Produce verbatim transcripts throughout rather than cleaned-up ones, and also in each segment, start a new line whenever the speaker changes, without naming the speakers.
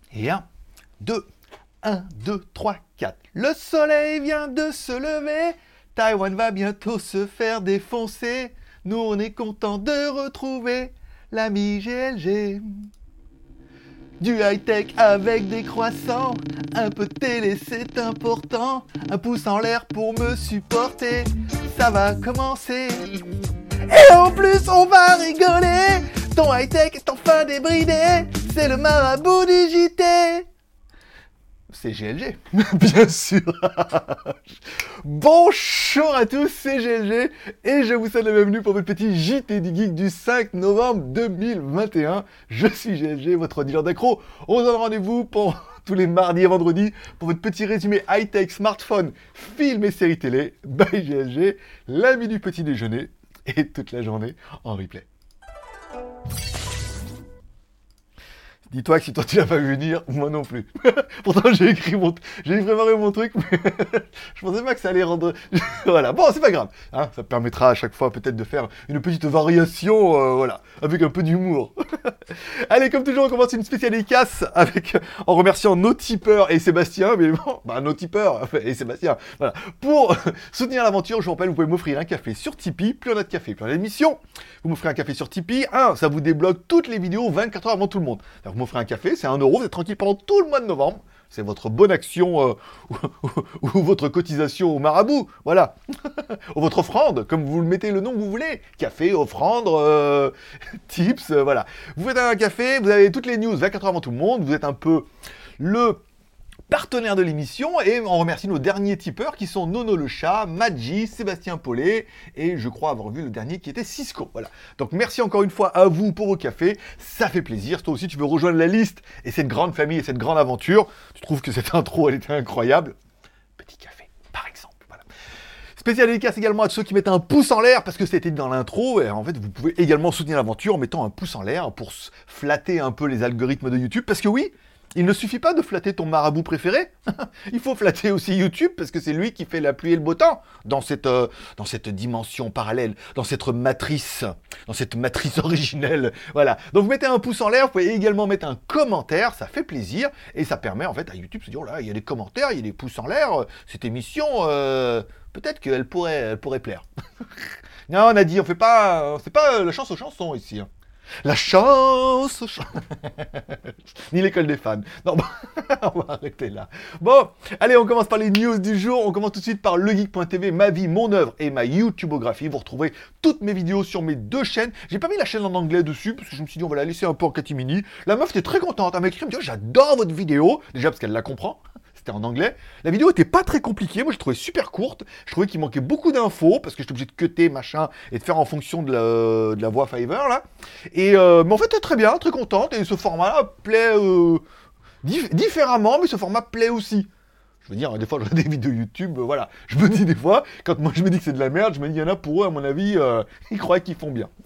Et un, deux, un, deux, trois, quatre. Le soleil vient de se lever. Taïwan va bientôt se faire défoncer. Nous, on est content de retrouver l'ami G L G. Du high-tech avec des croissants. Un peu de télé, c'est important. Un pouce en l'air pour me supporter. Ça va commencer. Et en plus, on va rigoler. Ton high-tech est enfin débridé. C'est le marabout du J T. C'est G L G, bien sûr. Bonjour à tous, c'est G L G et je vous souhaite la bienvenue pour votre petit J T du Geek du cinq novembre deux mille vingt et un. Je suis G L G, votre dealer d'accro. On se donne rendez-vous pour tous les mardis et vendredis pour votre petit résumé high-tech, smartphone, films et séries télé by G L G, l'ami du petit déjeuner et toute la journée en replay. Dis-toi que si toi tu l'as pas vu venir, moi non plus. Pourtant j'ai écrit mon, j'ai préparé mon truc, mais je pensais pas que ça allait rendre. Voilà, bon c'est pas grave. Hein, ça permettra à chaque fois peut-être de faire une petite variation, euh, voilà, avec un peu d'humour. Allez, comme toujours, on commence une spéciale dédicace avec, en remerciant nos tipeurs et Sébastien, mais bon, bah nos tipeurs et Sébastien, voilà. Pour soutenir l'aventure, je vous rappelle, vous pouvez m'offrir un café sur Tipeee, plus on a de café, plus on a d'émission. Vous m'offrez un café sur Tipeee, un, ça vous débloque toutes les vidéos vingt-quatre heures avant tout le monde. Alors, vous m'offrez un café, c'est un euro, vous êtes tranquille pendant tout le mois de novembre. C'est votre bonne action euh, ou, ou, ou votre cotisation au marabout, voilà. Ou votre offrande, comme vous le mettez le nom que vous voulez. Café, offrande, euh, tips, euh, voilà. Vous faites un café, vous avez toutes les news vingt-quatre heures avant tout le monde, vous êtes un peu le partenaire de l'émission, et on remercie nos derniers tipeurs qui sont Nono le chat, Maggi, Sébastien Paulet, et je crois avoir vu le dernier qui était Cisco. Voilà. Donc merci encore une fois à vous pour vos cafés, ça fait plaisir. Si toi aussi tu veux rejoindre la liste et cette grande famille et cette grande aventure, tu trouves que cette intro elle était incroyable, petit café par exemple. Voilà. Spécial dédicace également à ceux qui mettent un pouce en l'air parce que c'était dans l'intro, et en fait vous pouvez également soutenir l'aventure en mettant un pouce en l'air pour flatter un peu les algorithmes de YouTube, parce que oui, il ne suffit pas de flatter ton marabout préféré, il faut flatter aussi YouTube, parce que c'est lui qui fait la pluie et le beau temps dans cette, euh, dans cette dimension parallèle, dans cette matrice, dans cette matrice originelle. Voilà. Donc vous mettez un pouce en l'air, vous pouvez également mettre un commentaire, ça fait plaisir, et ça permet en fait à YouTube de se dire, oh là, il y a des commentaires, il y a des pouces en l'air, cette émission, euh, peut-être qu'elle pourrait, elle pourrait plaire. Non, on a dit, on fait pas, c'est pas la chance aux chansons ici. Hein. La chance, ni l'école des fans. Non, bon, on va arrêter là. Bon, allez, on commence par les news du jour. On commence tout de suite par legeek point t v, ma vie, mon œuvre et ma YouTubeographie. Vous retrouvez toutes mes vidéos sur mes deux chaînes. J'ai pas mis la chaîne en anglais dessus parce que je me suis dit on va la laisser un peu en catimini. La meuf était très contente. Elle m'a écrit, elle me dit oh, j'adore votre vidéo. Déjà parce qu'elle la comprend. C'était en anglais. La vidéo était pas très compliquée, moi je trouvais super courte, je trouvais qu'il manquait beaucoup d'infos, parce que j'étais obligé de cutter, machin, et de faire en fonction de la, de la voix Fiverr, là. Et, euh, mais en fait, très bien, très contente, et ce format-là plaît euh, dif- différemment, mais ce format plaît aussi. Je veux dire, des fois, je regarde des vidéos YouTube, euh, voilà. Je me dis des fois, quand moi je me dis que c'est de la merde, je me dis, il y en a pour eux, à mon avis, euh, ils croient qu'ils font bien.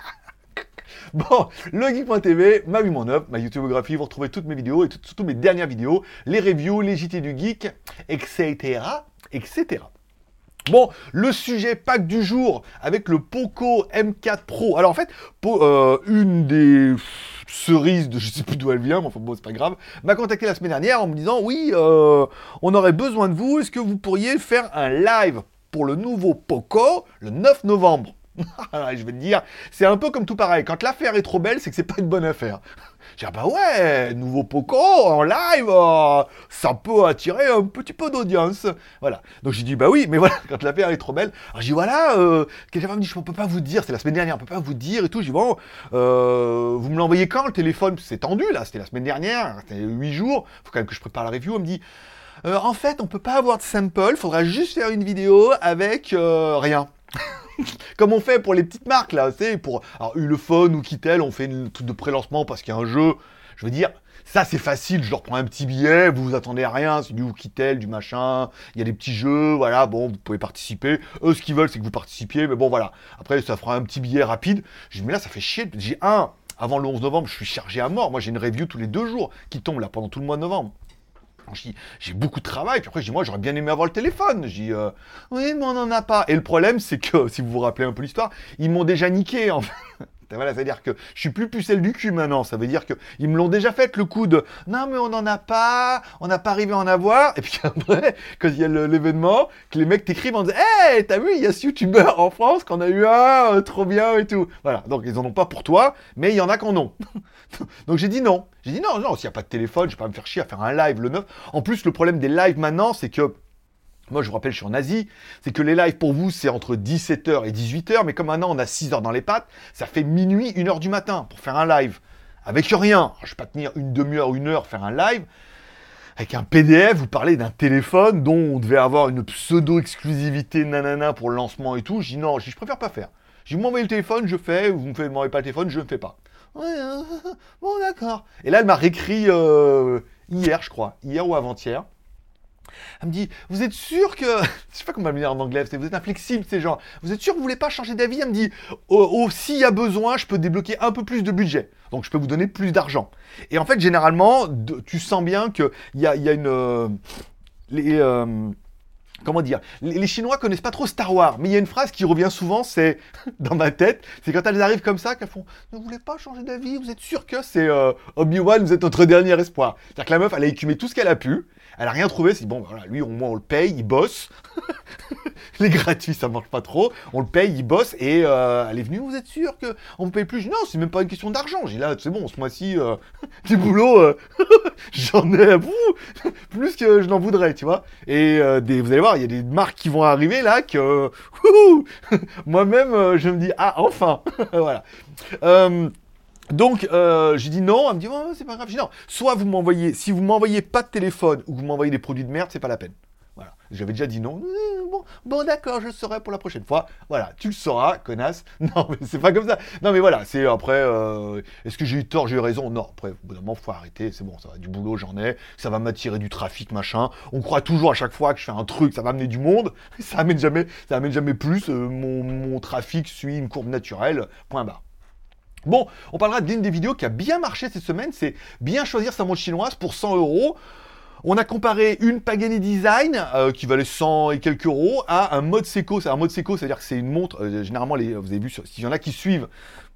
Bon, legeek point t v, ma vie, mon œuvre, ma YouTubeographie, vous retrouvez toutes mes vidéos et tout, surtout mes dernières vidéos, les reviews, les J T du geek, et cetera, et cetera. Bon, le sujet pack du jour avec le Poco M quatre Pro. Alors en fait, pour, euh, une des cerises de je sais plus d'où elle vient, mais enfin bon, c'est pas grave, m'a contacté la semaine dernière en me disant oui, euh, on aurait besoin de vous, est-ce que vous pourriez faire un live pour le nouveau Poco le neuf novembre? Je vais te dire, c'est un peu comme tout pareil. Quand l'affaire est trop belle, c'est que c'est pas une bonne affaire. J'ai dit, ah bah ouais, nouveau Poco en live, euh, ça peut attirer un petit peu d'audience. Voilà. Donc j'ai dit, bah oui, mais voilà, quand l'affaire est trop belle. Alors j'ai dit, voilà, euh, quelqu'un me dit, on peut pas vous dire, c'est la semaine dernière, on peut pas vous dire et tout. J'ai dit, bon, euh, vous me l'envoyez quand le téléphone? C'est tendu là, c'était la semaine dernière, c'était huit jours, faut quand même que je prépare la review. On me dit, euh, en fait, on peut pas avoir de sample, faudra juste faire une vidéo avec euh, rien. Comme on fait pour les petites marques là, c'est pour alors Ulefone ou Kittel, on fait une truc de pré-lancement parce qu'il y a un jeu. Je veux dire, ça c'est facile, je leur prends un petit billet, vous vous attendez à rien, c'est du Kittel, du machin, il y a des petits jeux, voilà, bon, vous pouvez participer. Eux, ce qu'ils veulent, c'est que vous participiez, mais bon, voilà. Après, ça fera un petit billet rapide. Je dis, mais là, ça fait chier. J'ai un, avant le onze novembre, je suis chargé à mort. Moi, j'ai une review tous les deux jours qui tombe là pendant tout le mois de novembre. J'ai, j'ai beaucoup de travail, puis après je dis moi j'aurais bien aimé avoir le téléphone, je dis euh, oui mais on n'en a pas, et le problème c'est que, si vous vous rappelez un peu l'histoire, ils m'ont déjà niqué en fait, Voilà, c'est-à-dire que je suis plus pucelle du cul maintenant. Ça veut dire que ils me l'ont déjà fait le coup de non mais on n'en a pas, on n'a pas arrivé à en avoir. Et puis après, quand il y a le, l'événement, que les mecs t'écrivent en disant hey, t'as vu, il y a ce youtubeur en France qu'on a eu un, euh, trop bien et tout. Voilà, donc ils en ont pas pour toi, mais il y en a qui en ont. Donc j'ai dit non. J'ai dit non, non, s'il n'y a pas de téléphone, je vais pas me faire chier à faire un live le neuf. En plus, le problème des lives maintenant, c'est que moi, je vous rappelle, je suis en Asie, c'est que les lives pour vous, c'est entre dix-sept heures et dix-huit heures, mais comme maintenant on a six heures dans les pattes, ça fait minuit, une heure du matin pour faire un live. Avec rien. Je ne vais pas tenir une demi-heure, une heure, faire un live. Avec un P D F, vous parlez d'un téléphone dont on devait avoir une pseudo-exclusivité nanana pour le lancement et tout. Je dis non, je, dis, je préfère pas faire. Je dis, vous m'envoyez le téléphone, je fais, vous ne m'envoyez pas le téléphone, je ne fais pas. Ouais, euh, bon, d'accord. Et là, elle m'a réécrit euh, hier, je crois, hier ou avant-hier. Elle me dit, vous êtes sûr que... Je sais pas comment elle me dit en anglais, vous êtes inflexible, ces gens. Vous êtes sûr que vous voulez pas changer d'avis? Elle me dit, oh, oh, s'il y a besoin, je peux débloquer un peu plus de budget. Donc, je peux vous donner plus d'argent. Et en fait, généralement, de, tu sens bien qu'il y a, y a une... Euh, les... Euh, Comment dire, les, les Chinois connaissent pas trop Star Wars, mais il y a une phrase qui revient souvent, c'est dans ma tête, c'est quand elles arrivent comme ça, qu'elles font « Ne voulez pas changer d'avis, vous êtes sûr que c'est euh, Obi-Wan, vous êtes notre dernier espoir ». C'est-à-dire que la meuf, elle a écumé tout ce qu'elle a pu, elle a rien trouvé, c'est bon, voilà, lui au moins on le paye, il bosse, les gratuits ça marche pas trop, on le paye, il bosse, et euh, elle est venue, vous êtes sûr que on vous paye plus? Non, c'est même pas une question d'argent, j'ai dit là, c'est bon, ce mois-ci, euh, du boulot, euh, j'en ai à bout, plus que je n'en voudrais, tu vois, et euh, des, vous allez voir, il y a des marques qui vont arriver là que moi-même euh, je me dis ah enfin voilà. Euh, donc euh, j'ai dit non, elle me dit oh, c'est pas grave. J'ai dit non, soit vous m'envoyez, si vous m'envoyez pas de téléphone ou que vous m'envoyez des produits de merde, c'est pas la peine. Voilà, j'avais déjà dit non. Bon, bon d'accord, je le saurai pour la prochaine fois. Voilà, tu le sauras, connasse. Non, mais c'est pas comme ça. Non, mais voilà, c'est après. Euh, est-ce que j'ai eu tort, j'ai eu raison? Non, après, au bout d'un moment, faut arrêter. C'est bon, ça va, du boulot, j'en ai. Ça va m'attirer du trafic, machin. On croit toujours à chaque fois que je fais un truc, ça va amener du monde. Ça amène jamais, ça amène jamais plus. Euh, mon, mon trafic suit une courbe naturelle. Point barre. Bon, on parlera d'une des vidéos qui a bien marché cette semaine. C'est bien choisir sa montre chinoise pour cent euros. On a comparé une Pagani Design, euh, qui valait cent et quelques euros, à un mode Seiko. C'est un mode Seiko, c'est-à-dire que c'est une montre, euh, généralement, les, vous avez vu, s'il y en a qui suivent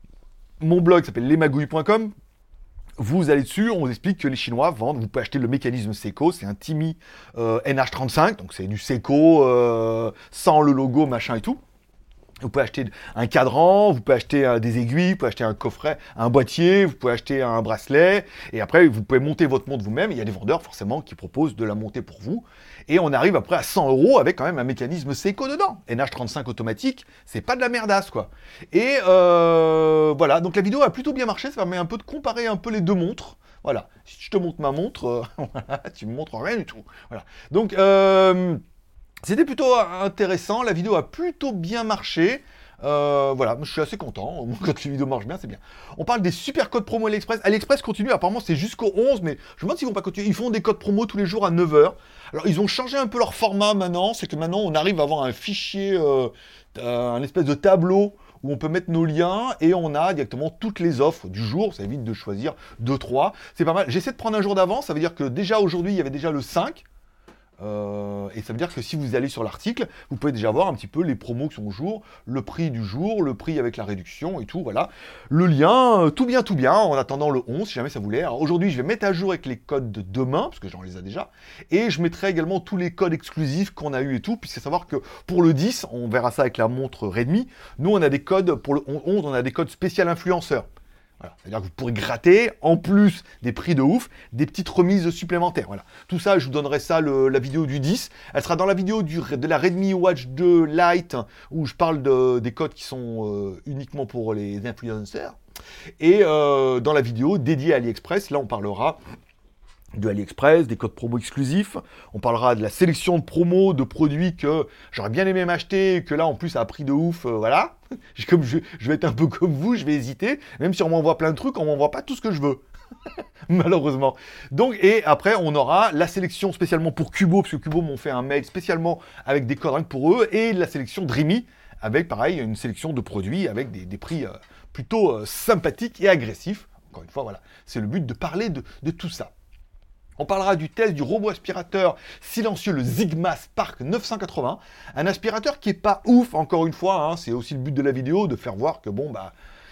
mon blog, qui s'appelle lesmagouilles point com, vous allez dessus, on vous explique que les Chinois vendent, vous pouvez acheter le mécanisme Seiko, c'est un Timi euh, N H trente-cinq, donc c'est du Seiko, euh, sans le logo, machin et tout. Vous pouvez acheter un cadran, vous pouvez acheter euh, des aiguilles, vous pouvez acheter un coffret, un boîtier, vous pouvez acheter un bracelet, et après vous pouvez monter votre montre vous-même. Il y a des vendeurs forcément qui proposent de la monter pour vous, et on arrive après à cent euros avec quand même un mécanisme Seiko dedans. N H trente-cinq automatique, c'est pas de la merdasse quoi. Et euh, voilà, donc la vidéo a plutôt bien marché, ça permet un peu de comparer un peu les deux montres. Voilà, si je te montre ma montre, euh, voilà, tu me montres rien du tout. Voilà, donc... Euh, C'était plutôt intéressant, la vidéo a plutôt bien marché. Euh, voilà, je suis assez content. Quand les vidéos marchent bien, c'est bien. On parle des super codes promo AliExpress. AliExpress continue, apparemment c'est jusqu'au onze, mais je me demande s'ils vont pas continuer. Ils font des codes promo tous les jours à neuf heures. Alors ils ont changé un peu leur format maintenant, c'est que maintenant on arrive à avoir un fichier, euh, un espèce de tableau où on peut mettre nos liens et on a directement toutes les offres du jour. Ça évite de choisir deux trois. C'est pas mal. J'essaie de prendre un jour d'avance, ça veut dire que déjà aujourd'hui il y avait déjà le cinq. Euh, et ça veut dire que si vous allez sur l'article, vous pouvez déjà voir un petit peu les promos qui sont au jour, le prix du jour, le prix avec la réduction et tout, voilà. Le lien, euh, tout bien, tout bien, en attendant le onze, si jamais ça vous l'est. Alors aujourd'hui, je vais mettre à jour avec les codes de demain, parce que j'en les ai déjà, et je mettrai également tous les codes exclusifs qu'on a eu et tout, puisque savoir que pour le dix, on verra ça avec la montre Redmi, nous on a des codes, pour le onze, on a des codes spécial influenceurs. Voilà. C'est-à-dire que vous pourrez gratter, en plus des prix de ouf, des petites remises supplémentaires. Voilà. Tout ça, je vous donnerai ça, le, la vidéo du dix. Elle sera dans la vidéo du, de la Redmi Watch deux Lite, où je parle de, des codes qui sont euh, uniquement pour les influenceurs. Et euh, dans la vidéo dédiée à AliExpress, là on parlera de AliExpress, des codes promo exclusifs. On parlera de la sélection de promos, de produits que j'aurais bien aimé m'acheter, que là en plus à prix de ouf, euh, voilà. Comme je, je vais être un peu comme vous, je vais hésiter. Même si on m'envoie plein de trucs, on m'envoie pas tout ce que je veux. Malheureusement. Donc, et après, on aura la sélection spécialement pour Kubo, parce que Kubo m'ont fait un mail spécialement avec des codes rien que pour eux, et la sélection Dreamy, avec pareil, une sélection de produits avec des, des prix euh, plutôt euh, sympathiques et agressifs. Encore une fois, voilà. C'est le but de parler de, de tout ça. On parlera du test du robot aspirateur silencieux, le Sigma Spark neuf cent quatre-vingts. Un aspirateur qui est pas ouf, encore une fois, hein, c'est aussi le but de la vidéo, de faire voir que bon, bah,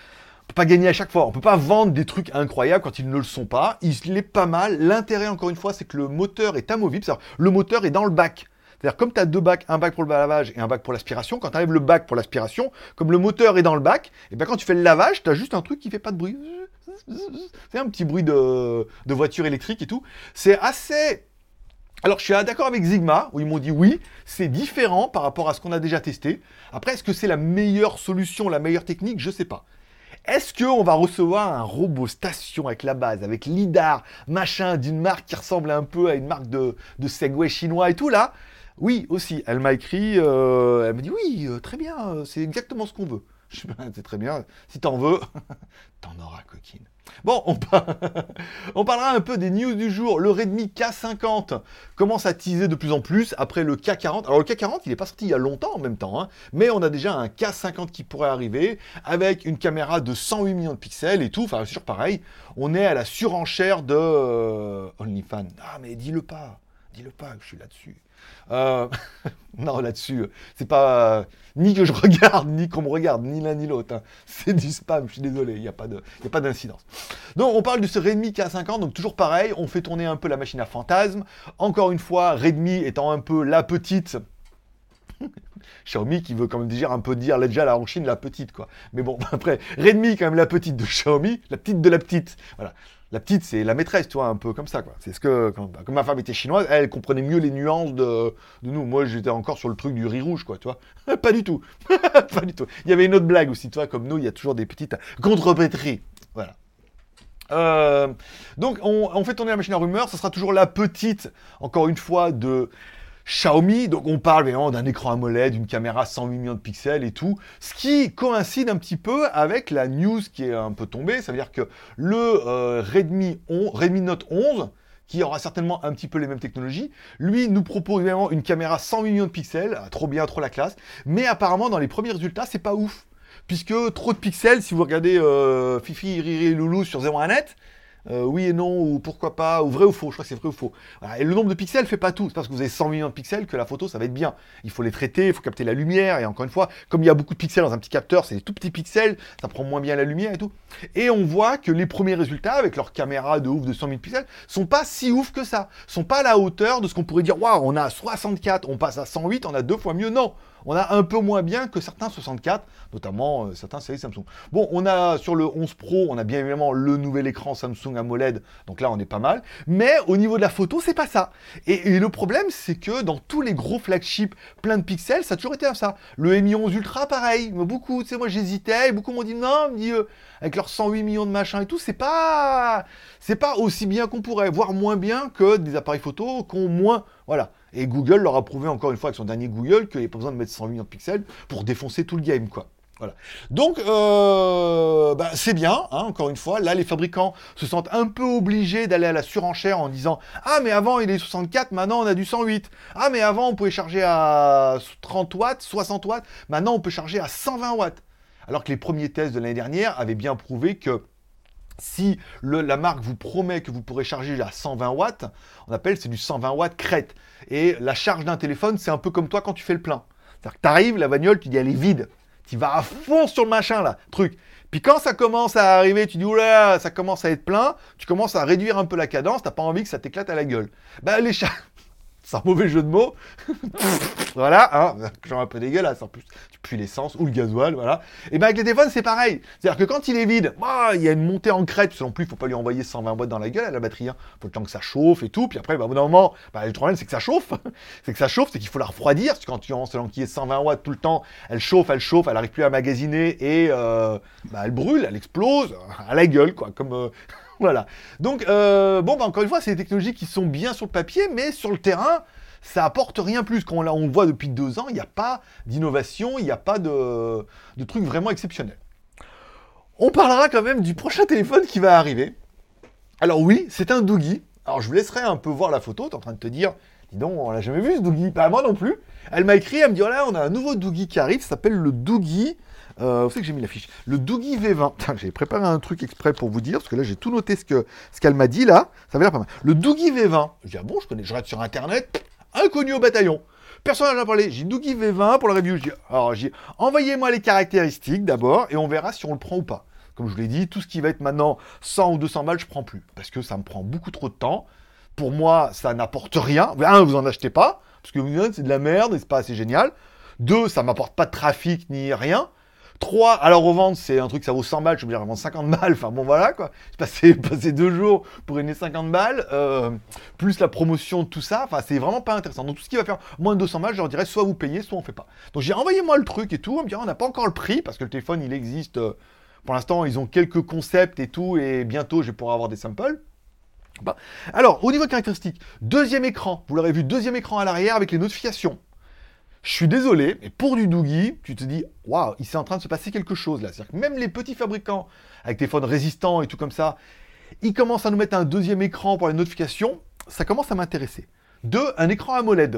peut pas gagner à chaque fois. On peut pas vendre des trucs incroyables quand ils ne le sont pas. Il est pas mal. L'intérêt, encore une fois, c'est que le moteur est amovible. C'est-à-dire, le moteur est dans le bac. C'est-à-dire, comme tu as deux bacs, un bac pour le lavage et un bac pour l'aspiration, quand tu enlèves le bac pour l'aspiration, comme le moteur est dans le bac, et ben quand tu fais le lavage, tu as juste un truc qui fait pas de bruit. C'est un petit bruit de, de voiture électrique et tout. C'est assez... Alors, je suis d'accord avec Sigma, où ils m'ont dit oui, c'est différent par rapport à ce qu'on a déjà testé. Après, est-ce que c'est la meilleure solution, la meilleure technique? Je sais pas. Est-ce qu'on va recevoir un robot station avec la base, avec lidar, machin, d'une marque qui ressemble un peu à une marque de, de Segway chinois et tout, là? Oui, aussi. Elle m'a écrit, euh, elle m'a dit oui, euh, très bien, euh, c'est exactement ce qu'on veut. Je dis, c'est très bien, si t'en veux, t'en auras, coquine. Bon, on, par... on parlera un peu des news du jour. Le Redmi K cinquante commence à teaser de plus en plus après le K quarante. Alors le K quarante, il n'est pas sorti il y a longtemps en même temps, hein, mais on a déjà un K cinquante qui pourrait arriver avec une caméra de cent huit millions de pixels et tout. Enfin, c'est sûr, pareil, on est à la surenchère de euh, OnlyFans. Ah, mais dis-le pas, dis-le pas que je suis là-dessus. Euh... non, là-dessus, c'est pas euh, ni que je regarde, ni qu'on me regarde, ni l'un ni l'autre. Hein. C'est du spam, je suis désolé, il n'y a pas de, il y a pas d'incidence. Donc, on parle de ce Redmi K cinquante, donc toujours pareil, on fait tourner un peu la machine à fantasmes. Encore une fois, Redmi étant un peu la petite... Xiaomi qui veut quand même dire un peu dire là, déjà là en Chine la petite quoi. Mais bon, après, Redmi quand même la petite de Xiaomi, la petite de la petite. Voilà. La petite, c'est la maîtresse, tu vois, un peu comme ça, quoi. C'est ce que, quand, comme ma femme était chinoise, elle comprenait mieux les nuances de, de nous. Moi, j'étais encore sur le truc du riz rouge, quoi, tu vois. Pas du tout. Pas du tout. Il y avait une autre blague aussi, tu vois, comme nous, il y a toujours des petites contrepétries. Voilà. Euh, donc, on, on fait tourner la machine à rumeurs. Ça sera toujours la petite, encore une fois, de... Xiaomi, donc on parle vraiment d'un écran AMOLED, d'une caméra cent huit millions de pixels et tout, ce qui coïncide un petit peu avec la news qui est un peu tombée, ça veut dire que le euh, Redmi, onze, Redmi Note onze, qui aura certainement un petit peu les mêmes technologies, lui nous propose vraiment une caméra cent huit millions de pixels, trop bien, trop la classe, mais apparemment dans les premiers résultats, c'est pas ouf, puisque trop de pixels, si vous regardez euh, Fifi, Riri et Loulou sur zéro un net, Euh, oui et non, ou pourquoi pas, ou vrai ou faux, je crois que c'est vrai ou faux. Voilà. Et le nombre de pixels fait pas tout, c'est parce que vous avez cent millions de pixels que la photo ça va être bien. Il faut les traiter, il faut capter la lumière, et encore une fois, comme il y a beaucoup de pixels dans un petit capteur, c'est des tout petits pixels, ça prend moins bien la lumière et tout. Et on voit que les premiers résultats, avec leur caméra de ouf de cent mille pixels, sont pas si ouf que ça, sont pas à la hauteur de ce qu'on pourrait dire, waouh, on a soixante-quatre, on passe à cent huit, on a deux fois mieux, non. On a un peu moins bien que certains soixante-quatre, notamment euh, certains séries Samsung. Bon, on a sur le onze Pro, on a bien évidemment le nouvel écran Samsung AMOLED, donc là on est pas mal. Mais au niveau de la photo, c'est pas ça. Et, et le problème, c'est que dans tous les gros flagships plein de pixels, ça a toujours été ça. Le Mi onze Ultra, pareil. Beaucoup, tu sais, moi j'hésitais, beaucoup m'ont dit non, me dit, euh, avec leurs cent huit millions de machins et tout, c'est pas, c'est pas aussi bien qu'on pourrait, voire moins bien que des appareils photo qui ont moins, voilà. Et Google leur a prouvé encore une fois avec son dernier Google qu'il n'y a pas besoin de mettre cent millions de pixels pour défoncer tout le game, quoi. Voilà. Donc, euh, bah, c'est bien, hein, encore une fois. Là, les fabricants se sentent un peu obligés d'aller à la surenchère en disant « Ah, mais avant, il est soixante-quatre, maintenant, on a du cent huit. Ah, mais avant, on pouvait charger à trente watts, soixante watts. Maintenant, on peut charger à cent vingt watts. » Alors que les premiers tests de l'année dernière avaient bien prouvé que si le, la marque vous promet que vous pourrez charger à cent vingt watts, on appelle c'est du cent vingt watts crête. Et la charge d'un téléphone, c'est un peu comme toi quand tu fais le plein. C'est-à-dire que t'arrives, la bagnole, tu dis elle est vide. Tu vas à fond sur le machin là, truc. Puis quand ça commence à arriver, tu dis oula, ça commence à être plein, tu commences à réduire un peu la cadence, t'as pas envie que ça t'éclate à la gueule. Bah les chats. C'est un mauvais jeu de mots. Voilà, hein, genre un peu dégueulasse en plus. Tu pues l'essence ou le gasoil, voilà. Et bien avec les téléphones, c'est pareil. C'est-à-dire que quand il est vide, bah, il y a une montée en crête, parce qu'en plus, il ne faut pas lui envoyer cent vingt watts dans la gueule à la batterie. Il hein. faut le temps que ça chauffe et tout. Puis après, bah, au bout d'un moment, bah, le problème, c'est que ça chauffe. c'est que ça chauffe, c'est qu'il faut la refroidir. Parce que quand tu lances l'enquille cent vingt watts tout le temps, elle chauffe, elle chauffe, elle n'arrive plus à magasiner et euh, bah, elle brûle, elle explose à la gueule, quoi. Comme. Euh, voilà. Donc, euh, bon, bah, encore une fois, c'est des technologies qui sont bien sur le papier, mais sur le terrain, ça apporte rien plus. Quand on, on voit depuis deux ans, il n'y a pas d'innovation, il n'y a pas de, de trucs vraiment exceptionnels. On parlera quand même du prochain téléphone qui va arriver. Alors oui, c'est un Doogie. Alors je vous laisserai un peu voir la photo, t'es en train de te dire, dis donc, on l'a jamais vu ce Doogie. Bah moi non plus. Elle m'a écrit, elle me dit, oh là, on a un nouveau Doogie qui arrive, ça s'appelle le Doogie. Euh, vous savez que j'ai mis la fiche. Le Doogie V vingt. J'ai préparé un truc exprès pour vous dire, parce que là j'ai tout noté ce que ce qu'elle m'a dit là. Ça va l'air pas mal. Le Doogie V vingt. Je dis, ah bon, je connais, je regarde sur internet. Inconnu au bataillon. Personne n'a parlé. J'ai Doogie V vingt pour la review. J'ai alors j'ai envoyez-moi les caractéristiques d'abord et on verra si on le prend ou pas. Comme je vous l'ai dit, tout ce qui va être maintenant cent ou deux cents balles, je prends plus. Parce que ça me prend beaucoup trop de temps. Pour moi, ça n'apporte rien. Un, vous en achetez pas. Parce que c'est de la merde et c'est pas assez génial. Deux, ça m'apporte pas de trafic ni rien. Trois, à la revente, c'est un truc, ça vaut cent balles, je suis obligé de revendre cinquante balles. Enfin bon, voilà quoi. J'ai passé, passé deux jours pour gagner cinquante balles. Euh, plus la promotion de tout ça. Enfin, c'est vraiment pas intéressant. Donc tout ce qui va faire moins de deux cents balles, je leur dirais soit vous payez, soit on fait pas. Donc j'ai envoyé moi le truc et tout. On me dit, on n'a pas encore le prix parce que le téléphone, il existe. Euh, pour l'instant, ils ont quelques concepts et tout. Et bientôt, je vais pouvoir avoir des samples. Bah. Alors, au niveau caractéristique, deuxième écran. Vous l'aurez vu, deuxième écran à l'arrière avec les notifications. Je suis désolé, mais pour du Doogie, tu te dis, waouh, il s'est en train de se passer quelque chose là. C'est-à-dire que même les petits fabricants avec téléphones résistants et tout comme ça, ils commencent à nous mettre un deuxième écran pour les notifications. Ça commence à m'intéresser. Deux, un écran AMOLED.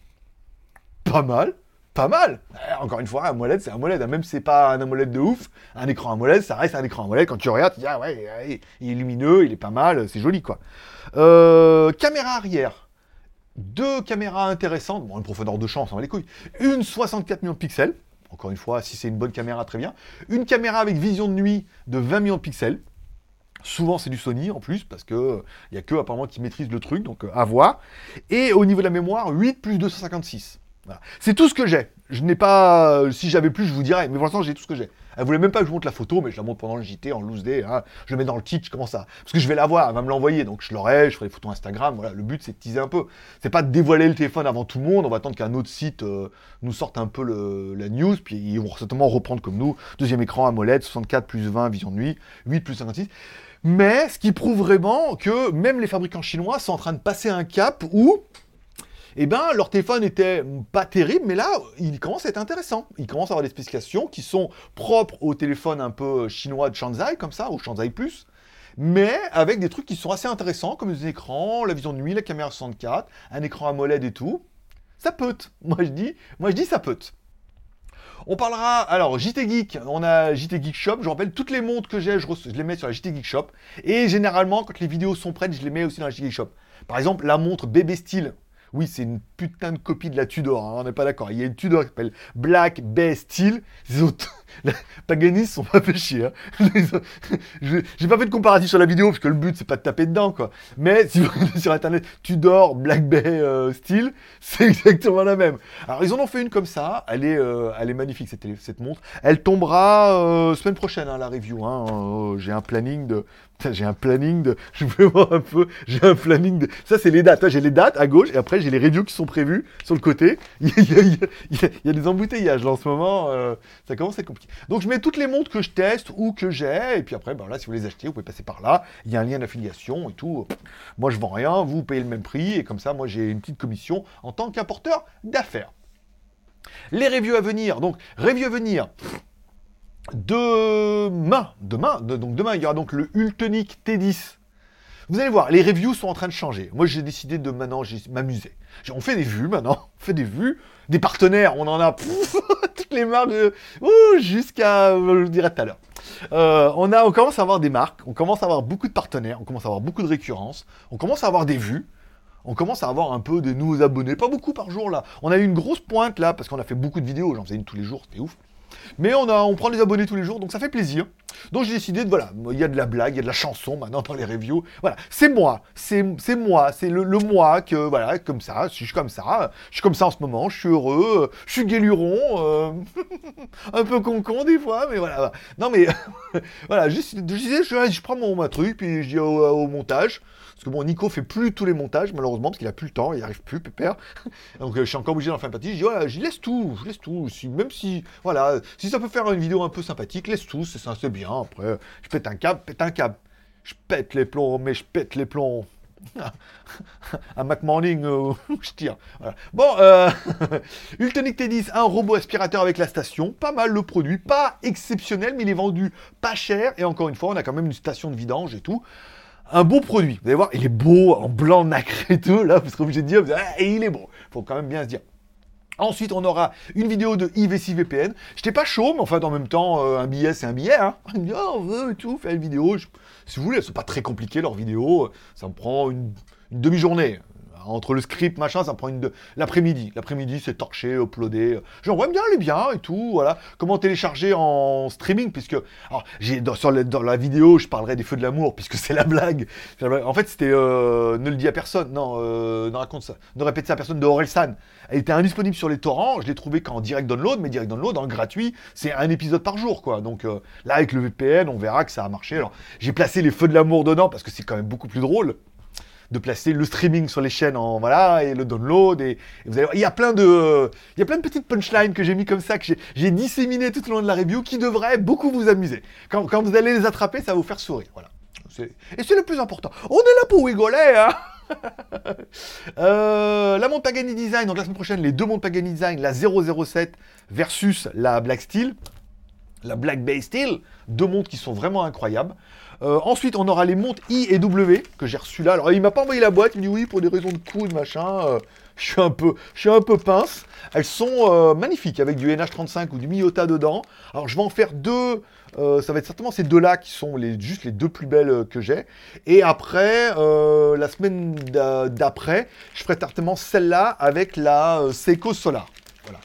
Pas mal, pas mal. Encore une fois, un AMOLED, c'est un AMOLED. Même si c'est pas un AMOLED de ouf, un écran AMOLED, ça reste un écran AMOLED. Quand tu regardes, tu dis, ah ouais, il est lumineux, il est pas mal, c'est joli quoi. Euh, caméra arrière. Deux caméras intéressantes, bon, une profondeur de champ, on s'en va les couilles. Une soixante-quatre millions de pixels, encore une fois, si c'est une bonne caméra, très bien. Une caméra avec vision de nuit de vingt millions de pixels. Souvent, c'est du Sony en plus, parce qu'il n'y a que apparemment qui maîtrise le truc, donc euh, à voir. Et au niveau de la mémoire, huit plus deux cent cinquante-six. Voilà. C'est tout ce que j'ai. Je n'ai pas... Euh, si j'avais plus, je vous dirais. Mais pour l'instant, j'ai tout ce que j'ai. Elle voulait même pas que je montre la photo, mais je la montre pendant le J T, en loose day. Hein. Je le mets dans le titre, je commence à... Parce que je vais la voir, elle va me l'envoyer. Donc je l'aurai, je ferai des photos Instagram. Voilà, le but, c'est de teaser un peu. C'est pas de dévoiler le téléphone avant tout le monde. On va attendre qu'un autre site euh, nous sorte un peu le, la news. Puis ils vont certainement reprendre comme nous. Deuxième écran AMOLED, soixante-quatre plus vingt, vision de nuit. huit plus cinquante-six. Mais ce qui prouve vraiment que même les fabricants chinois sont en train de passer un cap où... eh ben, leur téléphone était pas terrible, mais là, il commence à être intéressant. Il commence à avoir des spécifications qui sont propres au téléphone un peu chinois de Shanzai, comme ça, ou Shanzai Plus, mais avec des trucs qui sont assez intéressants, comme les écrans, la vision de nuit, la caméra soixante-quatre, un écran AMOLED et tout. Ça peut. Moi, je dis, moi, je dis ça peut. On parlera, alors, J T Geek, on a J T Geek Shop, je vous rappelle, toutes les montres que j'ai, je, je les mets sur la J T Geek Shop, et généralement, quand les vidéos sont prêtes, je les mets aussi dans la J T Geek Shop. Par exemple, la montre Bébé Style. Oui, c'est une putain de copie de la Tudor, hein, on n'est pas d'accord. Il y a une Tudor qui s'appelle Black Bay Steel. Les autres, la Paganis sont pas fait chier. Hein. Je, j'ai pas fait de comparatif sur la vidéo, parce que le but, c'est pas de taper dedans, quoi. Mais si vous regardez sur Internet, Tudor Black Bay euh, Steel, c'est exactement la même. Alors, ils en ont fait une comme ça. Elle est, euh, elle est magnifique, cette, cette montre. Elle tombera euh, semaine prochaine, hein, la review. Hein. Euh, j'ai un planning de... Putain, j'ai un planning de... Je vais voir un peu. J'ai un planning de... Ça, c'est les dates. Là, j'ai les dates à gauche et après, j'ai les reviews qui sont prévues sur le côté. Il y a, il y a, il y a, il y a des embouteillages là en ce moment. Euh, ça commence à être compliqué. Donc, je mets toutes les montres que je teste ou que j'ai. Et puis après, ben là, si vous les achetez, vous pouvez passer par là. Il y a un lien d'affiliation et tout. Moi, je vends rien. Vous payez le même prix. Et comme ça, moi, j'ai une petite commission en tant qu'apporteur d'affaires. Les reviews à venir. Donc, reviews à venir... Demain, demain, de, donc demain, il y aura donc le Ultonic T dix. Vous allez voir, les reviews sont en train de changer. Moi, j'ai décidé de maintenant m'amuser. On fait des vues maintenant, on fait des vues, des partenaires, on en a pouf, toutes les marques, de, ouh, jusqu'à, je le dirai tout à l'heure. Euh, on, a, on commence à avoir des marques, on commence à avoir beaucoup de partenaires, on commence à avoir beaucoup de récurrences, on commence à avoir des vues. On commence à avoir un peu des nouveaux abonnés, pas beaucoup par jour là. On a eu une grosse pointe là, parce qu'on a fait beaucoup de vidéos, j'en faisais une tous les jours, c'était ouf. Mais on, a, on prend des abonnés tous les jours, donc ça fait plaisir. Donc j'ai décidé de, voilà, il y a de la blague, il y a de la chanson maintenant dans les reviews. Voilà, c'est moi, c'est moi, c'est le, le moi que, voilà, comme ça, je suis comme ça, je suis comme ça en ce moment, je suis heureux, je suis guéluron, euh, un peu con-con des fois, mais voilà. voilà. Non mais, voilà, je, je disais, je, je prends mon, mon truc, puis je dis au, au montage. Parce que bon, Nico fait plus tous les montages, malheureusement, parce qu'il a plus le temps, il n'y arrive plus, pépère. Donc euh, je suis encore obligé d'en faire une partie. Je dis, voilà, je laisse tout, je laisse tout. Si, même si, voilà, si ça peut faire une vidéo un peu sympathique, laisse tout, c'est ça, c'est bien. Après, je pète un câble, pète un câble. Je pète les plombs, mais je pète les plombs. Un Mac Morning, euh, je tire. Voilà. Bon, euh, Ultonic T dix, un robot aspirateur avec la station. Pas mal le produit, pas exceptionnel, mais il est vendu pas cher. Et encore une fois, on a quand même une station de vidange et tout. Un beau produit. Vous allez voir, il est beau, en blanc nacré et tout. Là, vous serez obligé de dire, ah, il est beau. Faut quand même bien se dire. Ensuite, on aura une vidéo de I V six V P N. J'étais pas chaud, mais en fait, en même temps, euh, un billet, c'est un billet. Hein. On me dit, oh, on veut et tout, faire une vidéo. Je... Si vous voulez, c'est pas très compliqué, leur vidéo. Ça me prend une, une demi-journée. entre le script, machin, ça prend une de... l'après-midi. L'après-midi, c'est torché, uploadé. Genre, ouais, bien, elle est bien et tout, voilà. Comment télécharger en streaming, puisque... Alors, j'ai, dans, sur le- dans la vidéo, je parlerai des Feux de l'amour, puisque c'est la blague. En fait, c'était... euh, ne le dis à personne, non, euh, ne raconte ça. Ne répète ça à personne, de Orelsan. Elle était indisponible sur les torrents, je l'ai trouvé qu'en direct download, mais direct download, en gratuit, c'est un épisode par jour, quoi. Donc euh, là, avec le V P N, on verra que ça a marché. Alors, j'ai placé les Feux de l'amour dedans, parce que c'est quand même beaucoup plus drôle de placer le streaming sur les chaînes en voilà et le download et, et vous allez voir, il y a plein de il y a plein de petites punchlines que j'ai mis comme ça que j'ai, j'ai disséminé tout au long de la review qui devraient beaucoup vous amuser. Quand, quand vous allez les attraper, ça va vous faire sourire, voilà. C'est, et c'est le plus important. On est là pour rigoler, hein. euh, la montre Pagani Design, donc la semaine prochaine, les deux montres Pagani Design, la zéro zéro sept versus la Black Steel. La Black Bay Steel, deux montres qui sont vraiment incroyables. Euh, ensuite, on aura les montres I et W que j'ai reçues là. Alors, il m'a pas envoyé la boîte, il me dit oui pour des raisons de coût et de machin. Euh, je suis un peu, je suis un peu pince. Elles sont euh, magnifiques avec du N H trente-cinq ou du Miyota dedans. Alors, je vais en faire deux. Euh, ça va être certainement ces deux-là qui sont les, juste les deux plus belles que j'ai. Et après, euh, la semaine d'a- d'après, je ferai certainement celle-là avec la euh, Seiko Solar. Voilà.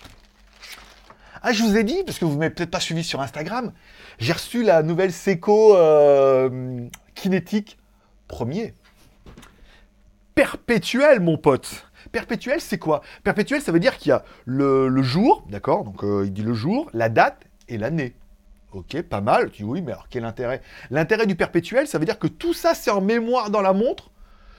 Ah, je vous ai dit, parce que vous ne m'avez peut-être pas suivi sur Instagram, j'ai reçu la nouvelle Seiko euh, Kinétique premier. Perpétuel, mon pote. Perpétuel, c'est quoi? Perpétuel, ça veut dire qu'il y a le, le jour, d'accord? Donc, euh, il dit le jour, la date et l'année. Ok, pas mal. Tu dis oui, mais alors quel intérêt? L'intérêt du perpétuel, ça veut dire que tout ça, c'est en mémoire dans la montre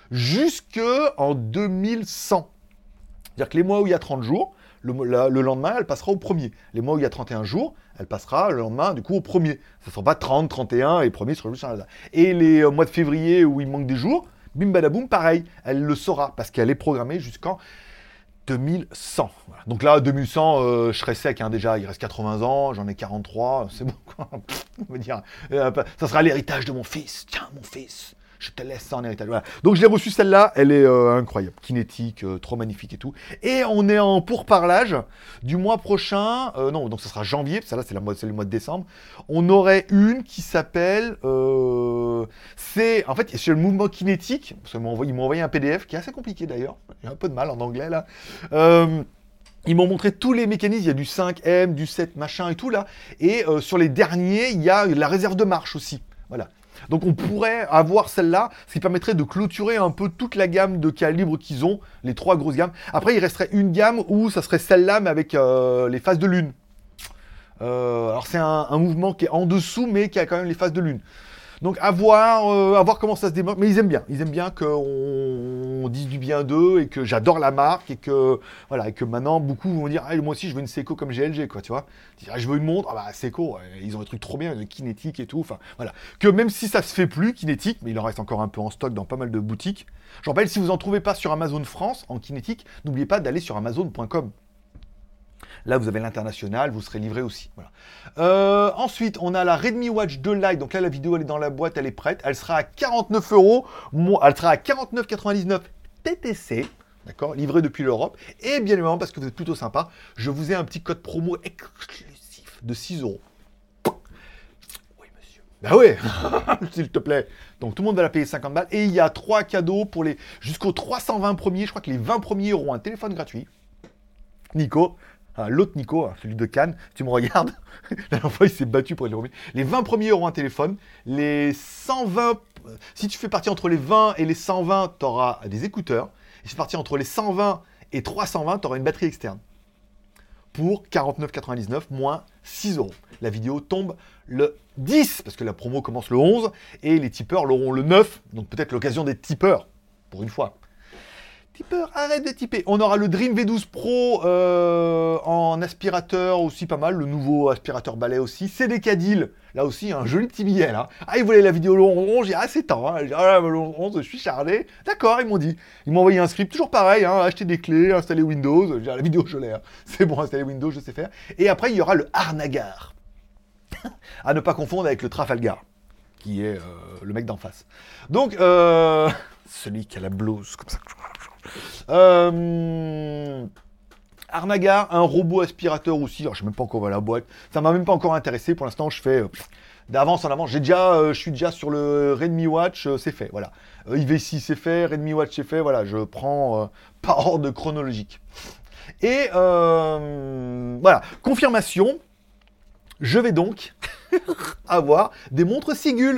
jusqu'en deux mille cent. C'est-à-dire que les mois où il y a trente jours, le, la- le lendemain, elle passera au premier. Les mois où il y a trente et un jours, elle passera le lendemain, du coup, au premier. Ça ne sera pas trente, trente et un, et premier sera juste un hasard. Et les euh, mois de février où il manque des jours, bim badaboum, pareil, elle le saura, parce qu'elle est programmée jusqu'en deux mille cent. Voilà. Donc là, deux mille cent, euh, je serai sec, hein, déjà, il reste quatre-vingts ans, j'en ai quarante-trois, c'est bon, quoi. On va dire, euh, ça sera l'héritage de mon fils. Tiens, mon fils, je te laisse ça en héritage. Voilà. Donc je l'ai reçue celle-là, elle est euh, incroyable, kinétique, euh, trop magnifique et tout. Et on est en pourparlage du mois prochain, euh, non, donc ça sera janvier, parce que là c'est, la mois- c'est le mois de décembre. On aurait une qui s'appelle, euh, c'est, en fait, c'est le mouvement kinétique, parce qu'ils m'ont envoyé, ils m'ont envoyé un P D F qui est assez compliqué d'ailleurs, j'ai un peu de mal en anglais là. Euh, Ils m'ont montré tous les mécanismes, il y a du cinq M, du sept machin et tout là. Et euh, sur les derniers, il y a la réserve de marche aussi. Voilà. Donc on pourrait avoir celle-là, ce qui permettrait de clôturer un peu toute la gamme de calibres qu'ils ont, les trois grosses gammes. Après, il resterait une gamme où ça serait celle-là, mais avec euh, les phases de lune. Euh, alors c'est un, un mouvement qui est en dessous, mais qui a quand même les phases de lune. Donc à voir, euh, à voir comment ça se démarre. Mais ils aiment bien, ils aiment bien qu'on dise du bien d'eux et que j'adore la marque et que voilà et que maintenant beaucoup vont dire ah, moi aussi je veux une Seiko comme G L G quoi, tu vois. Dire, ah, je veux une montre, ah bah Seiko, ouais, ils ont des trucs trop bien, de kinétique et tout. Enfin voilà, que même si ça se fait plus kinétique, mais il en reste encore un peu en stock dans pas mal de boutiques. Je rappelle si vous en trouvez pas sur Amazon France en kinétique, n'oubliez pas d'aller sur amazon point com. Là, vous avez l'international, vous serez livré aussi. Voilà. Euh, ensuite, on a la Redmi Watch deux Lite. Donc là, la vidéo, elle est dans la boîte, elle est prête. Elle sera à quarante-neuf euros. Elle sera à quarante-neuf quatre-vingt-dix-neuf T T C. D'accord, livrée depuis l'Europe. Et bien évidemment, parce que vous êtes plutôt sympa, je vous ai un petit code promo exclusif de six euros. Oui, monsieur. Bah ouais, s'il te plaît. Donc tout le monde va la payer cinquante balles. Et il y a trois cadeaux pour les jusqu'aux trois cent vingt premiers. Je crois que les vingt premiers auront un téléphone gratuit. Nico. Ah, l'autre Nico, celui de Cannes, tu me regardes, la dernière fois il s'est battu pour être le premier. Les vingt premiers auront un téléphone, les cent vingt, si tu fais partie entre les vingt et les cent vingt, tu auras des écouteurs, et si tu fais partie entre les cent vingt et trois cent vingt, tu auras une batterie externe. Pour quarante-neuf quatre-vingt-dix-neuf, moins six euros. La vidéo tombe le dix, parce que la promo commence le onze, et les tipeurs l'auront le neuf, donc peut-être l'occasion d'être tipeur, pour une fois. Tipeur, arrête de tiper. On aura le Dream V douze Pro euh, en aspirateur aussi pas mal, le nouveau aspirateur balai aussi. C D K Deal, là aussi un joli petit billet là. Ah, ils voulaient la vidéo le onze, j'ai assez de temps. Hein. J'ai dit, ah, le onze, je suis charlé. D'accord, ils m'ont dit. Ils m'ont envoyé un script, toujours pareil, hein, acheter des clés, installer Windows. J'ai dit, la vidéo je l'ai. Hein. C'est bon, installer Windows, je sais faire. Et après, il y aura le Harnagar. À ne pas confondre avec le Trafalgar, qui est euh, le mec d'en face. Donc, euh, celui qui a la blouse comme ça. Euh, Harnagar, un robot aspirateur aussi. Alors, je ne sais même pas encore la boîte. Ça m'a même pas encore intéressé. Pour l'instant, je fais. Euh, d'avance en avance. J'ai déjà, euh, je suis déjà sur le Redmi Watch, euh, c'est fait, voilà. Euh, I V six c'est fait, Redmi Watch c'est fait, voilà, je prends euh, par ordre chronologique. Et euh, voilà, confirmation, je vais donc avoir des montres Sigul.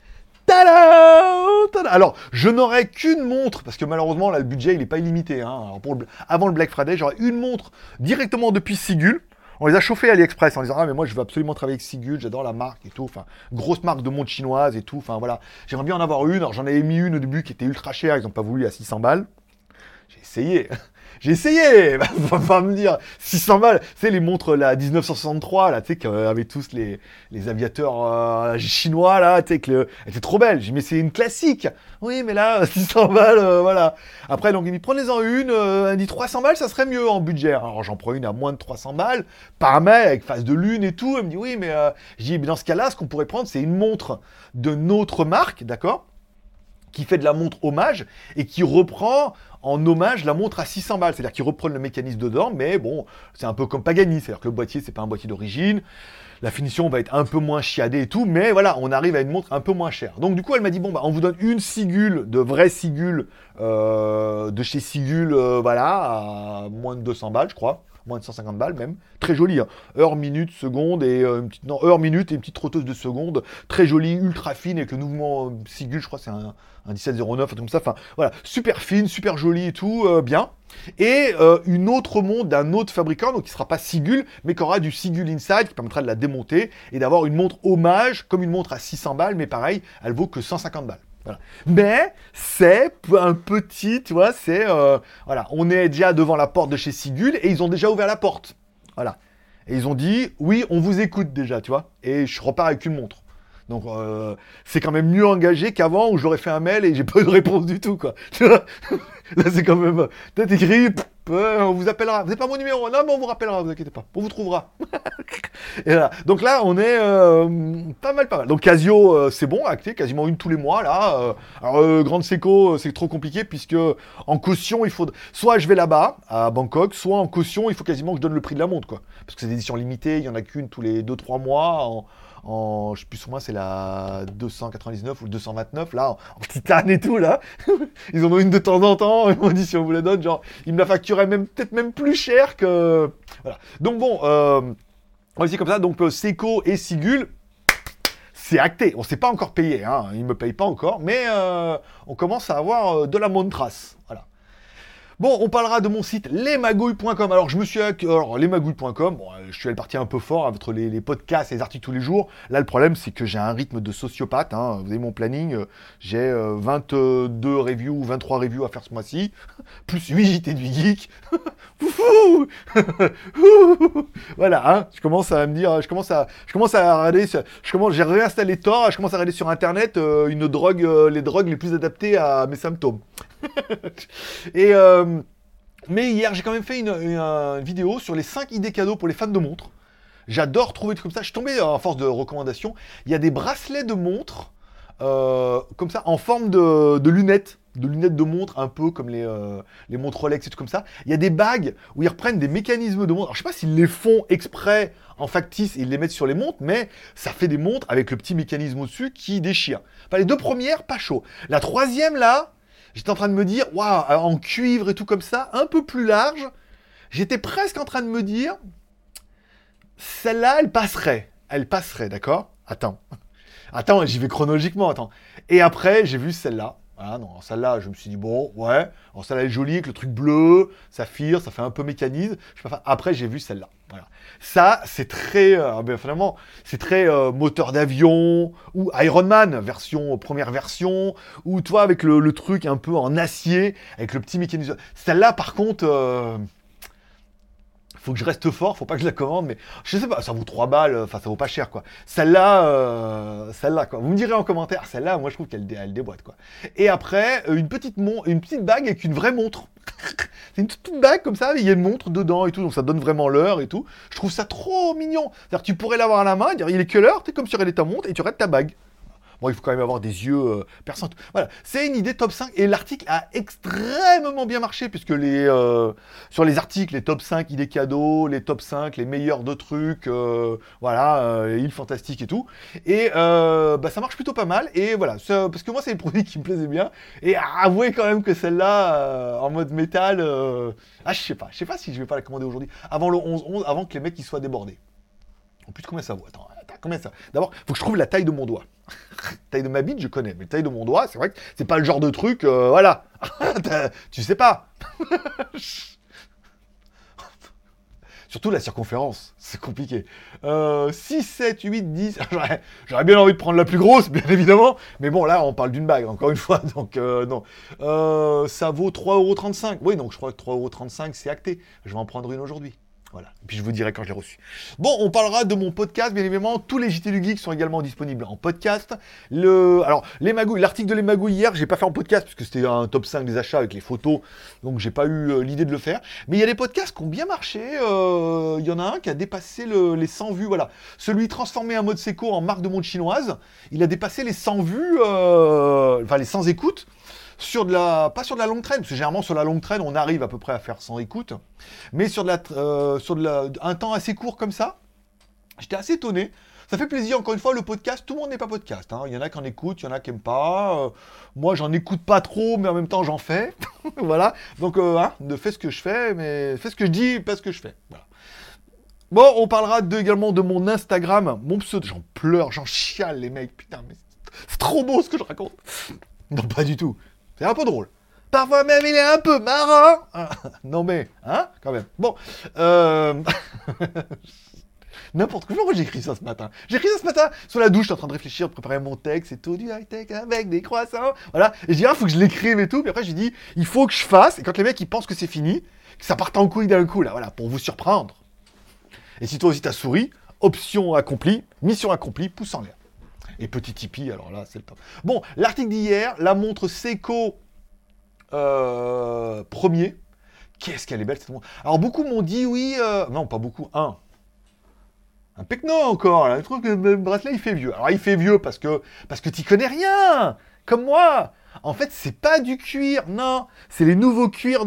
Tada, tada. Alors, je n'aurai qu'une montre, parce que malheureusement, là, le budget, il n'est pas illimité. Hein. Alors, pour le, avant le Black Friday, j'aurai une montre directement depuis Sigul. On les a chauffés à AliExpress en disant « Ah, mais moi, je veux absolument travailler avec Sigul, j'adore la marque et tout. » Enfin, grosse marque de montre chinoise et tout. Enfin, voilà. J'aimerais bien en avoir une. Alors, j'en avais mis une au début qui était ultra chère. Ils n'ont pas voulu à six cents balles. J'ai essayé. J'ai essayé, bah, faut pas me dire, six cents balles, tu sais, les montres, la dix-neuf cent soixante-trois, là, tu sais, qu'avaient tous les, les aviateurs euh, chinois, là, tu sais, que le... elle était trop belle. J'ai dit, mais c'est une classique. Oui, mais là, six cents balles, euh, voilà. Après, donc, il me dit, prenez-en une, euh, il dit trois cents balles, ça serait mieux en budget. Alors, j'en prends une à moins de trois cents balles, pareil, avec face de lune et tout. Elle me dit, oui, mais, euh... je dis, mais dans ce cas-là, ce qu'on pourrait prendre, c'est une montre de notre marque, d'accord, qui fait de la montre hommage et qui reprend en hommage la montre à six cents balles. C'est-à-dire qu'ils reprennent le mécanisme dedans, mais bon, c'est un peu comme Pagani. C'est-à-dire que le boîtier, c'est pas un boîtier d'origine. La finition va être un peu moins chiadée et tout, mais voilà, on arrive à une montre un peu moins chère. Donc du coup, elle m'a dit, bon, bah, on vous donne une Sigul, de vraie Sigul, euh, de chez Sigul, euh, voilà, à moins de deux cents balles, je crois. Moins de cent cinquante balles même, très jolie, hein. Heure, minute, seconde, et euh, une petite, non, heure, minute et une petite trotteuse de seconde, très jolie, ultra fine, avec le mouvement euh, Sigul, je crois que c'est un, un dix-sept zéro neuf, un truc comme ça, enfin, voilà, super fine, super jolie et tout, euh, bien. Et euh, une autre montre d'un autre fabricant, donc qui sera pas Sigul, mais qui aura du Sigul Inside, qui permettra de la démonter, et d'avoir une montre hommage, comme une montre à six cents balles, mais pareil, elle vaut que cent cinquante balles. Voilà. Mais c'est un petit, tu vois, c'est... Euh, voilà, on est déjà devant la porte de chez Sigul et ils ont déjà ouvert la porte. Voilà. Et ils ont dit, oui, on vous écoute déjà, tu vois. Et je repars avec une montre. Donc, euh, c'est quand même mieux engagé qu'avant où j'aurais fait un mail et j'ai pas eu de réponse du tout, quoi. Tu vois. Là, c'est quand même... Peut-être écrit... Euh, on vous appellera. Vous n'avez pas mon numéro? Non, mais on vous rappellera, vous inquiétez pas. On vous trouvera. Et voilà. Donc là, on est euh, pas mal, pas mal. Donc Casio, euh, c'est bon, acté, quasiment une tous les mois, là. Euh, alors, euh, Grande Seco, c'est trop compliqué, puisque en caution, il faut... Soit je vais là-bas, à Bangkok, soit en caution, il faut quasiment que je donne le prix de la montre, quoi. Parce que c'est des éditions limitées, il n'y en a qu'une tous les deux trois mois, en... En, je sais plus sur moi, c'est la deux cent quatre-vingt-dix-neuf ou deux cent vingt-neuf, là, en, en titane et tout, là. Ils en ont une de temps en temps, ils m'ont dit si on vous la donne, genre, ils me la facturaient même, peut-être même plus cher que... Voilà. Donc bon, euh, on va essayer comme ça, donc euh, Seiko et Sigul, c'est acté, on ne s'est pas encore payé, hein, ils ne me payent pas encore, mais euh, on commence à avoir euh, de la montrace, voilà. Bon, on parlera de mon site lesmagouilles point com. Alors, je me suis... Alors, lesmagouilles point com, bon, je suis allé partir un peu fort entre les, les podcasts et les articles tous les jours. Là, le problème, c'est que j'ai un rythme de sociopathe. Hein. Vous avez mon planning. J'ai euh, vingt-deux reviews, vingt-trois reviews à faire ce mois-ci. Plus huit J T du Geek. Voilà, hein. Je commence à me dire... Je commence à... Je commence à regarder... Je commence... J'ai réinstallé Tor. Je commence à regarder sur Internet euh, une drogue... Euh, les drogues les plus adaptées à mes symptômes. Et euh, mais hier j'ai quand même fait une, une, une vidéo sur les cinq idées cadeaux pour les fans de montres. J'adore trouver des trucs comme ça. Je suis tombé à force de recommandations. Il y a des bracelets de montres euh, comme ça en forme de, de lunettes, de lunettes de montre, un peu comme les, euh, les montres Rolex et tout comme ça. Il y a des bagues où ils reprennent des mécanismes de montre. Alors je sais pas s'ils les font exprès en factice et ils les mettent sur les montres, mais ça fait des montres avec le petit mécanisme au-dessus qui déchire. Enfin les deux premières, pas chaud. La troisième là. J'étais en train de me dire, waouh, en cuivre et tout comme ça, un peu plus large. J'étais presque en train de me dire, celle-là, elle passerait. Elle passerait, d'accord? Attends. Attends, j'y vais chronologiquement, attends. Et après, j'ai vu celle-là. Voilà, non, celle-là, je me suis dit, bon, ouais. Alors, celle-là, elle est jolie, avec le truc bleu, ça fire, ça fait un peu mécanisme. Je sais pas, après, j'ai vu celle-là. Voilà. Ça, c'est très, euh, ben, finalement, c'est très euh, moteur d'avion, ou Iron Man, version, première version, ou toi, avec le, le truc un peu en acier, avec le petit mécanisme. Celle-là, par contre... Euh, faut que je reste fort, faut pas que je la commande, mais je sais pas, ça vaut trois balles, enfin ça vaut pas cher quoi. Celle-là, euh, celle-là quoi. Vous me direz en commentaire, celle-là, moi je trouve qu'elle dé, elle déboîte quoi. Et après, une petite, mon une petite bague avec une vraie montre. C'est une petite bague comme ça, il y a une montre dedans et tout, donc ça donne vraiment l'heure et tout. Je trouve ça trop mignon. C'est-à-dire que tu pourrais l'avoir à la main et dire il est quelle heure, t'es comme si tu regardais ta montre et tu regardes ta bague. Bon, il faut quand même avoir des yeux euh, perçants. Voilà, c'est une idée top cinq. Et l'article a extrêmement bien marché, puisque les, euh, sur les articles, les top cinq idées cadeaux, les top cinq, les meilleurs de trucs, euh, voilà, euh, îles fantastiques et tout. Et euh, bah, ça marche plutôt pas mal. Et voilà, parce que moi, c'est les produits qui me plaisaient bien. Et avouez quand même que celle-là, euh, en mode métal, euh, ah, je sais pas, je sais pas si je vais pas la commander aujourd'hui, avant le onze onze, avant que les mecs ils soient débordés. En plus, combien ça vaut? Attends, attends, combien ça? D'abord, faut que je trouve la taille de mon doigt. Taille de ma bite, je connais, mais taille de mon doigt, c'est vrai que c'est pas le genre de truc, euh, voilà. Tu sais pas. Surtout la circonférence, c'est compliqué. Euh, six, sept, huit, dix... J'aurais, j'aurais bien envie de prendre la plus grosse, bien évidemment. Mais bon, là, on parle d'une bague, encore une fois. Donc, euh, non. Euh, ça vaut trois euros trente-cinq. Oui, donc je crois que trois euros trente-cinq, c'est acté. Je vais en prendre une aujourd'hui. Voilà. Et puis je vous dirai quand je l'ai reçu. Bon, on parlera de mon podcast, bien évidemment. Tous les J T du Geek sont également disponibles en podcast. Le... Alors, les magouilles, l'article de Les Magouilles hier, j'ai pas fait en podcast, parce que c'était un top cinq des achats avec les photos. Donc, j'ai pas eu euh, l'idée de le faire. Mais il y a des podcasts qui ont bien marché. Euh, Il y en a un qui a dépassé le- les cent vues. Voilà. Celui transformé en mode séco en marque de montre chinoise, il a dépassé les cent vues, euh... enfin les cent écoutes. Sur de la, pas sur de la longue traîne, parce que généralement sur la longue traîne, on arrive à peu près à faire cent écoutes, mais sur de la, euh, sur de la, un temps assez court comme ça, j'étais assez étonné. Ça fait plaisir, encore une fois, le podcast, tout le monde n'est pas podcast. Hein. Il y en a qui en écoutent, il y en a qui n'aiment pas. Euh, moi, j'en écoute pas trop, mais en même temps, j'en fais. Voilà. Donc, euh, hein, de fais ce que je fais, mais fais ce que je dis, pas ce que je fais. Voilà. Bon, on parlera de, également de mon Instagram, mon pseudo. J'en pleure, j'en chiale, les mecs. Putain, mais c'est trop beau ce que je raconte. Non, pas du tout. C'est un peu drôle. Parfois même, il est un peu marrant. Ah, non mais, hein, quand même. Bon, euh... n'importe quoi. Pourquoi j'ai écrit ça ce matin? J'ai écrit ça ce matin sur la douche, j'étais en train de réfléchir, de préparer mon texte et tout, du high-tech avec des croissants. Voilà. Et je dis, ah, faut que je l'écrive et tout. Puis après, j'ai dit, il faut que je fasse. Et quand les mecs, ils pensent que c'est fini, que ça parte en couille d'un coup, là, voilà, pour vous surprendre. Et si toi aussi t'as souri, option accomplie, mission accomplie, pouce en l'air. Et petit Tipeee, alors là, c'est le top. Bon, l'article d'hier, la montre Seiko euh, premier. Qu'est-ce qu'elle est belle cette montre. Alors beaucoup m'ont dit oui, euh... non pas beaucoup, un. Un pecno encore, là. Je trouve que le bracelet il fait vieux. Alors il fait vieux parce que parce que t'y connais rien, comme moi. En fait, c'est pas du cuir, non. C'est les nouveaux cuirs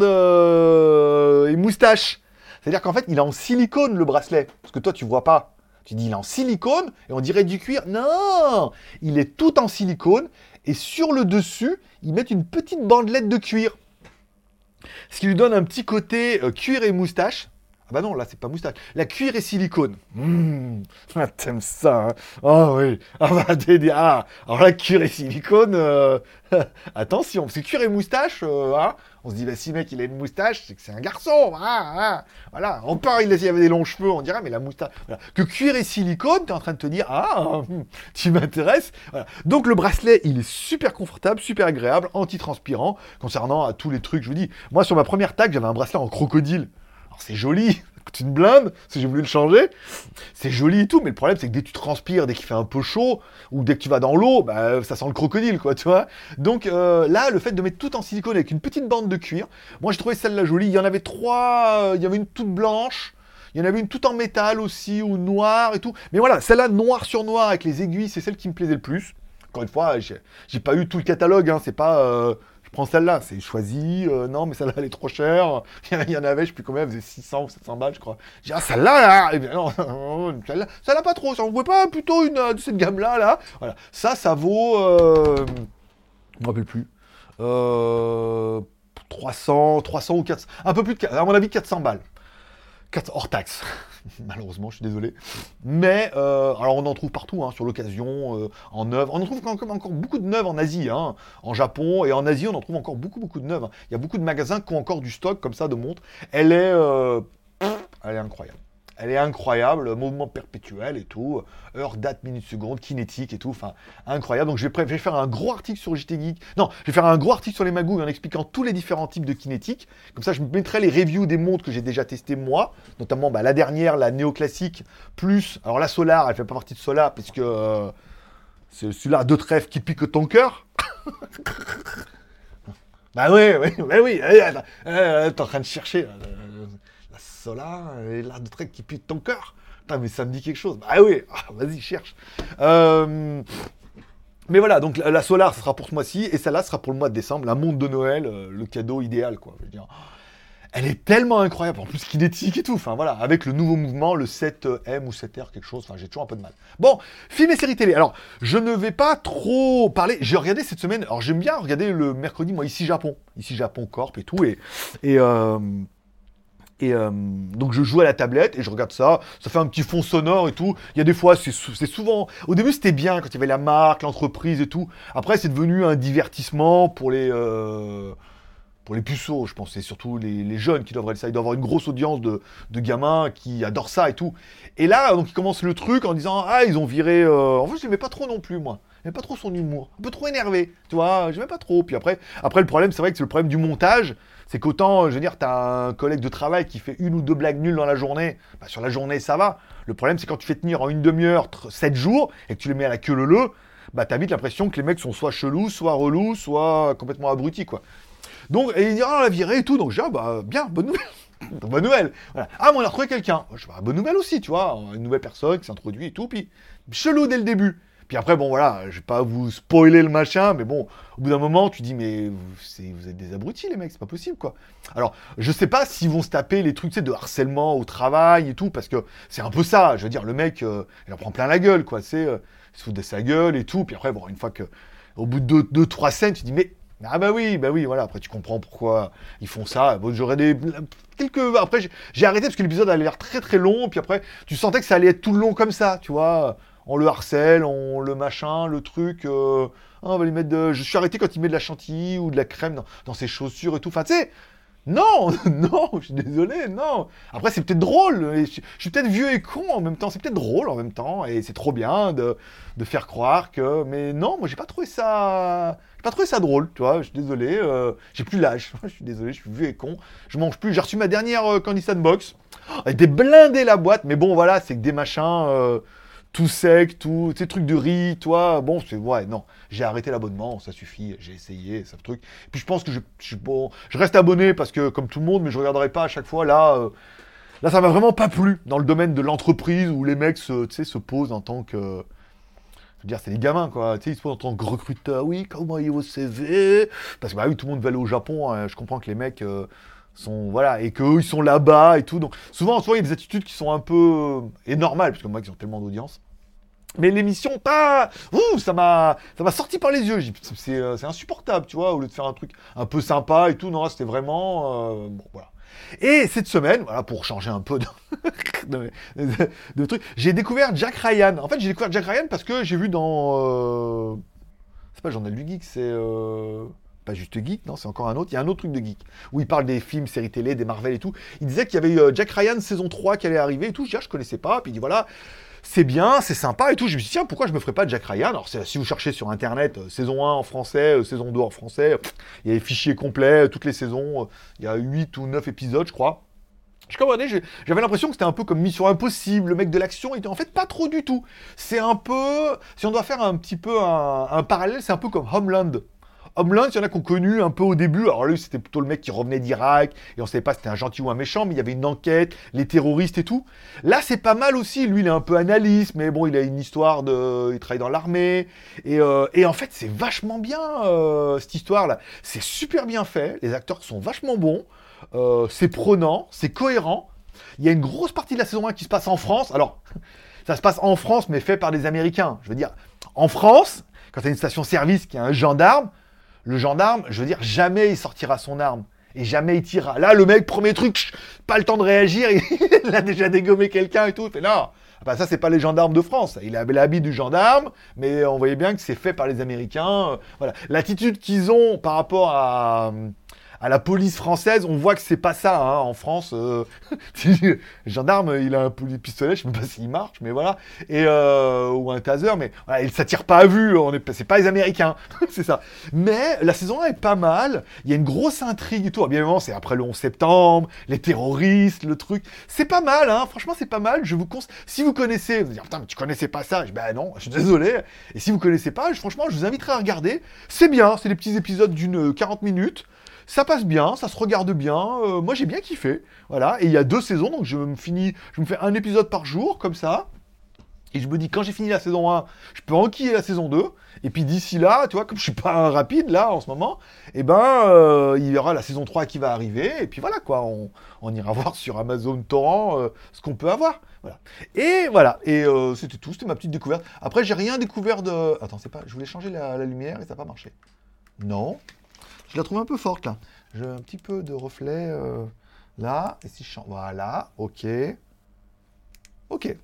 de les moustaches. C'est-à-dire qu'en fait, il est en silicone le bracelet. Parce que toi, tu vois pas. Tu dis, il est en silicone et on dirait du cuir. Non, il est tout en silicone et sur le dessus, ils mettent une petite bandelette de cuir. Ce qui lui donne un petit côté euh, cuir et moustache. Ah bah non, là, c'est pas moustache. La cuir et silicone. Mmh, ah, t'aimes ça, hein. Oh oui. Ah bah, t'es dit, ah, alors la cuir et silicone, euh, attention, parce que cuir et moustache, euh, hein, on se dit, bah si le mec, il a une moustache, c'est que c'est un garçon, hein, hein. Voilà, on part, il y avait des longs cheveux, on dirait, mais la moustache, voilà. Que cuir et silicone, t'es en train de te dire, ah, hum, tu m'intéresses, voilà. Donc le bracelet, il est super confortable, super agréable, anti-transpirant, concernant à tous les trucs, je vous dis, moi, sur ma première tag, j'avais un bracelet en crocodile. Alors c'est joli, ça coûte une blinde, si j'ai voulu le changer, c'est joli et tout, mais le problème c'est que dès que tu transpires, dès qu'il fait un peu chaud, ou dès que tu vas dans l'eau, bah, ça sent le crocodile, quoi, tu vois. Donc euh, là, le fait de mettre tout en silicone avec une petite bande de cuir, moi j'ai trouvé celle-là jolie, il y en avait trois, euh, il y avait une toute blanche, il y en avait une toute en métal aussi, ou noire et tout, mais voilà, celle-là noir sur noir avec les aiguilles, c'est celle qui me plaisait le plus. Encore une fois, j'ai, j'ai pas eu tout le catalogue, hein, c'est pas... Euh, prends celle-là, c'est choisi, euh, non mais celle-là elle est trop chère, il y en avait, je sais plus combien, elle faisait six cents ou sept cents balles je crois. J'ai dit ah celle-là là, eh bien, non, celle-là, celle-là pas trop, ça, on voit pas plutôt une euh, de cette gamme-là, là, voilà, ça, ça vaut, euh, je me rappelle plus, euh, trois cents, trois cents ou quatre cents, un peu plus de, à mon avis quatre cents balles. Hors taxe, malheureusement, je suis désolé. Mais, euh, alors on en trouve partout, hein, sur l'occasion, euh, en neuve. On en trouve encore, encore beaucoup de neuves en Asie, hein, en Japon, et en Asie, on en trouve encore beaucoup, beaucoup de neuves. Hein. Il y a beaucoup de magasins qui ont encore du stock, comme ça, de montres. Elle est, euh, elle est incroyable. Elle est incroyable, mouvement perpétuel et tout, heure, date, minute, seconde, kinétique et tout, enfin, incroyable. Donc je vais, pré- je vais faire un gros article sur J T Geek. Non, je vais faire un gros article sur les magouilles en expliquant tous les différents types de kinétique. Comme ça, je mettrai les reviews des montres que j'ai déjà testées moi, notamment bah, la dernière, la néoclassique, plus, alors la Solar, elle fait pas partie de Solar, puisque euh, c'est celui-là de trèfle qui pique ton cœur. Bah oui, oui, oui, oui, t'es en train de chercher... Euh, La Solar, et l'art de trek qui pique ton cœur. Putain, mais ça me dit quelque chose. Bah oui, ah, vas-y, cherche. Euh... Mais voilà, donc la, la Solar, ça sera pour ce mois-ci, et celle-là sera pour le mois de décembre, la montre de Noël, euh, le cadeau idéal, quoi. Je veux dire, elle est tellement incroyable, en plus kinétique et tout, enfin voilà, avec le nouveau mouvement, le sept M ou sept R, quelque chose, enfin j'ai toujours un peu de mal. Bon, film et séries télé, alors, je ne vais pas trop parler, j'ai regardé cette semaine, alors j'aime bien regarder le mercredi, moi, ici Japon, ici Japon Corp et tout, et... et euh, Et euh, donc je joue à la tablette et je regarde ça, ça fait un petit fond sonore et tout. Il y a des fois, c'est, sou- c'est souvent... Au début c'était bien quand il y avait la marque, l'entreprise et tout. Après c'est devenu un divertissement pour les... euh, pour les puceaux, je pense. C'est surtout les, les jeunes qui doivent regarder ça. Il doit y avoir une grosse audience de, de gamins qui adorent ça et tout. Et là, donc ils commencent le truc en disant, ah, ils ont viré... euh, En fait, je l'aimais pas trop non plus, moi. J'aimais pas trop son humour. Un peu trop énervé, tu vois. J'aimais pas trop. Puis après, après le problème, c'est vrai que c'est le problème du montage. C'est qu'autant, je veux dire, t'as un collègue de travail qui fait une ou deux blagues nulles dans la journée. Bah, sur la journée, ça va. Le problème, c'est quand tu fais tenir en une demi-heure, sept jours, et que tu les mets à la queue leu-leu, bah t'as vite l'impression que les mecs sont soit chelous, soit relous, soit complètement abrutis, quoi. Donc, et il dit, ah, on l'a viré et tout. Donc, j'ai dit, ah, bah, bien, bonne nouvelle. Bonne nouvelle. Voilà. Ah, mais on a retrouvé quelqu'un. Je dis, bah, bonne nouvelle aussi, tu vois. Une nouvelle personne qui s'introduit et tout. Puis, chelou dès le début. Puis après, bon, voilà, je vais pas vous spoiler le machin, mais bon, au bout d'un moment, tu dis, mais vous, c'est, vous êtes des abrutis, les mecs, c'est pas possible, quoi. Alors, je sais pas s'ils vont se taper les trucs, tu sais, de harcèlement au travail et tout, parce que c'est un peu ça. Je veux dire, le mec, euh, il en prend plein la gueule, quoi. C'est, euh, il se fout de sa gueule et tout. Puis après, bon, une fois que, au bout de deux, deux trois scènes, tu dis, mais. Ah bah oui, bah oui, voilà, après tu comprends pourquoi ils font ça. Bon, j'aurais des... quelques... Après, j'ai, j'ai arrêté parce que l'épisode allait l'air très très long, puis après, tu sentais que ça allait être tout le long comme ça, tu vois. On le harcèle, on le machin, le truc... euh, ah, on va lui mettre de... Je suis arrêté quand il met de la chantilly ou de la crème dans, dans ses chaussures et tout. Enfin, tu sais, non, non, je suis désolé, non. Après, c'est peut-être drôle. et Je, je suis peut-être vieux et con en même temps. C'est peut-être drôle en même temps. Et c'est trop bien de, de faire croire que... Mais non, moi, j'ai pas trouvé ça... J'ai pas trouvé ça drôle, tu vois. Je suis désolé. euh, J'ai plus l'âge. Je suis désolé, je suis vieux et con. Je mange plus. J'ai reçu ma dernière euh, Candy Sandbox. Elle était blindée, la boîte. Mais bon, voilà, c'est que des machins... euh, tout sec, tout, ces trucs de riz, toi, bon, c'est, ouais, non, j'ai arrêté l'abonnement, ça suffit, j'ai essayé, ça truc. Puis je pense que je, je, bon, je reste abonné parce que, comme tout le monde, mais je regarderai pas à chaque fois, là, euh, là, ça m'a vraiment pas plu dans le domaine de l'entreprise où les mecs se, tu sais, se posent en tant que, je veux dire, c'est des gamins, quoi, tu sais, ils se posent en tant que recruteurs, oui, comment est vos C V? Parce que, bah oui, tout le monde veut aller au Japon, hein, je comprends que les mecs... euh, sont voilà et qu'eux ils sont là-bas et tout, donc souvent souvent il y a des attitudes qui sont un peu euh, et normales parce que moi ils ont tellement d'audience, mais l'émission pas ouh, ça m'a ça m'a sorti par les yeux. J'ai dit, c'est euh, c'est insupportable, tu vois, au lieu de faire un truc un peu sympa et tout, non, c'était vraiment euh, bon, voilà. Et cette semaine, voilà, pour changer un peu de, de, de- de trucs, j'ai découvert Jack Ryan. En fait, j'ai découvert Jack Ryan parce que j'ai vu dans euh, c'est pas le Journal du Geek, c'est euh, pas juste Geek, non, c'est encore un autre. Il y a un autre truc de Geek où il parle des films, séries télé, des Marvel et tout. Il disait qu'il y avait eu euh, Jack Ryan saison trois qui allait arriver et tout. Je dis, ah, je connaissais pas. Puis il dit, voilà, c'est bien, c'est sympa et tout. Je me suis dit, tiens, pourquoi je me ferais pas Jack Ryan? Alors, c'est- si vous cherchez sur internet, euh, saison un en français, euh, saison deux en français, pff, il y a les fichiers complets, euh, toutes les saisons. euh, il y a huit ou neuf épisodes, je crois. Je comprenais, j'ai- j'avais l'impression que c'était un peu comme Mission Impossible, le mec de l'action, et en fait pas trop du tout. C'est un peu, si on doit faire un petit peu un, un parallèle, c'est un peu comme Homeland. Homeland, il y en a qui ont connu un peu au début, alors lui c'était plutôt le mec qui revenait d'Irak, et on savait pas si c'était un gentil ou un méchant, mais il y avait une enquête, les terroristes et tout. Là c'est pas mal aussi, lui il est un peu analyste, mais bon il a une histoire de... il travaille dans l'armée, et, euh, et en fait c'est vachement bien euh, cette histoire-là. C'est super bien fait, les acteurs sont vachement bons. Euh, c'est prenant, c'est cohérent. Il y a une grosse partie de la saison un qui se passe en France. Alors, ça se passe en France, mais fait par des Américains. Je veux dire, en France, quand tu as une station-service qui a un gendarme, le gendarme, je veux dire, jamais il sortira son arme. Et jamais il tirera. Là, le mec, premier truc, chut, pas le temps de réagir, il a déjà dégommé quelqu'un et tout. Il fait non, ah bah ça, c'est pas les gendarmes de France. Il avait l'habit du gendarme, mais on voyait bien que c'est fait par les Américains. Voilà. L'attitude qu'ils ont par rapport à... à la police française, on voit que c'est pas ça, hein, en France. Euh, le gendarme, il a un pistolet, je sais même pas s'il marche, mais voilà, et euh, ou un taser, mais voilà, ça tire pas à vue, on est, c'est pas les Américains, c'est ça. Mais la saison un est pas mal, il y a une grosse intrigue et tout. Bien évidemment, c'est après le onze septembre, les terroristes, le truc, c'est pas mal, hein. Franchement, c'est pas mal. Je vous conseille, si vous connaissez, vous allez dire putain, mais tu connaissais pas ça, je dis, ben non, je suis désolé. Et si vous connaissez pas, je, franchement, je vous inviterai à regarder. C'est bien, c'est des petits épisodes d'une euh, quarante minutes. Ça passe bien, ça se regarde bien. Euh, moi, j'ai bien kiffé. Voilà. Et il y a deux saisons, donc je me finis, je me fais un épisode par jour, comme ça. Et je me dis, quand j'ai fini la saison un, je peux enquiller la saison deux. Et puis d'ici là, tu vois, comme je suis pas un rapide là en ce moment, eh ben, euh, il y aura la saison trois qui va arriver. Et puis voilà quoi, on, on ira voir sur Amazon Torrent euh, ce qu'on peut avoir. Voilà. Et voilà, et euh, c'était tout, c'était ma petite découverte. Après, j'ai rien découvert de... Attends, c'est pas... Je voulais changer la, la lumière et ça n'a pas marché. Non. Je la trouve un peu forte là. J'ai un petit peu de reflet euh, là. Et si je change... Voilà, ok. Ok.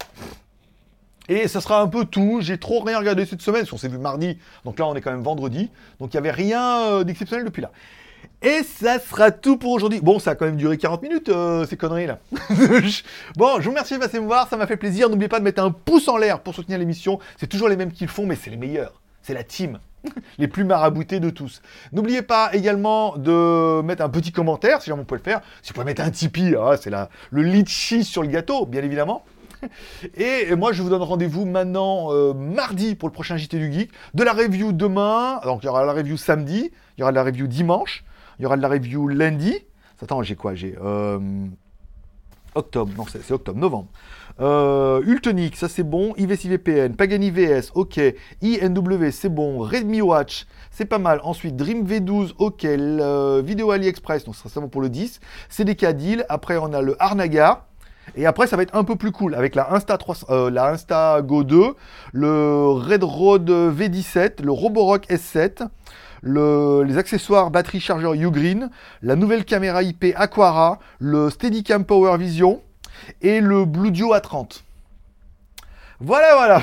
Et ça sera un peu tout. J'ai trop rien regardé cette semaine. On s'est vu mardi. Donc là, on est quand même vendredi. Donc il n'y avait rien euh, d'exceptionnel depuis là. Et ça sera tout pour aujourd'hui. Bon, ça a quand même duré quarante minutes, euh, ces conneries là. Bon, je vous remercie de passer me voir. Ça m'a fait plaisir. N'oubliez pas de mettre un pouce en l'air pour soutenir l'émission. C'est toujours les mêmes qui le font, mais c'est les meilleurs. C'est la team. Les plus maraboutés de tous. N'oubliez pas également de mettre un petit commentaire, si jamais on peut le faire. Si vous pouvez mettre un Tipeee, hein, c'est la, le litchi sur le gâteau, bien évidemment. Et moi, je vous donne rendez-vous maintenant euh, mardi pour le prochain J T du Geek. De la review demain, donc il y aura la review samedi, il y aura de la review dimanche, il y aura de la review lundi. Attends, j'ai quoi? J'ai euh, octobre, non, c'est, c'est octobre, novembre. Euh, Ultonic, ça c'est bon. I V C V P N, Pagani V S, ok. I N W, c'est bon. Redmi Watch, c'est pas mal. Ensuite, Dream V douze, ok. Le, vidéo AliExpress, donc ce sera seulement pour le dix. C D K Deal. Après, on a le Arnaga. Et après, ça va être un peu plus cool avec la Insta, trois cents, euh, la Insta Go deux, le Red Road V dix-sept, le Roborock S sept, le, les accessoires batterie chargeur Ugreen, la nouvelle caméra I P Aquara, le Steadicam Power Vision et le Bluedio A trente. Voilà, voilà.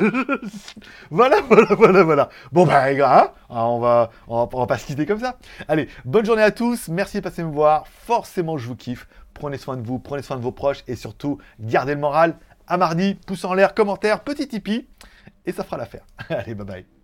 Voilà, voilà, voilà, voilà. Bon, bah, les gars, hein, on, va, on, va, on va pas se quitter comme ça. Allez, bonne journée à tous. Merci de passer me voir. Forcément, je vous kiffe. Prenez soin de vous, prenez soin de vos proches et surtout, gardez le moral. À mardi, pouce en l'air, commentaire, petit Tipeee. Et ça fera l'affaire. Allez, bye bye.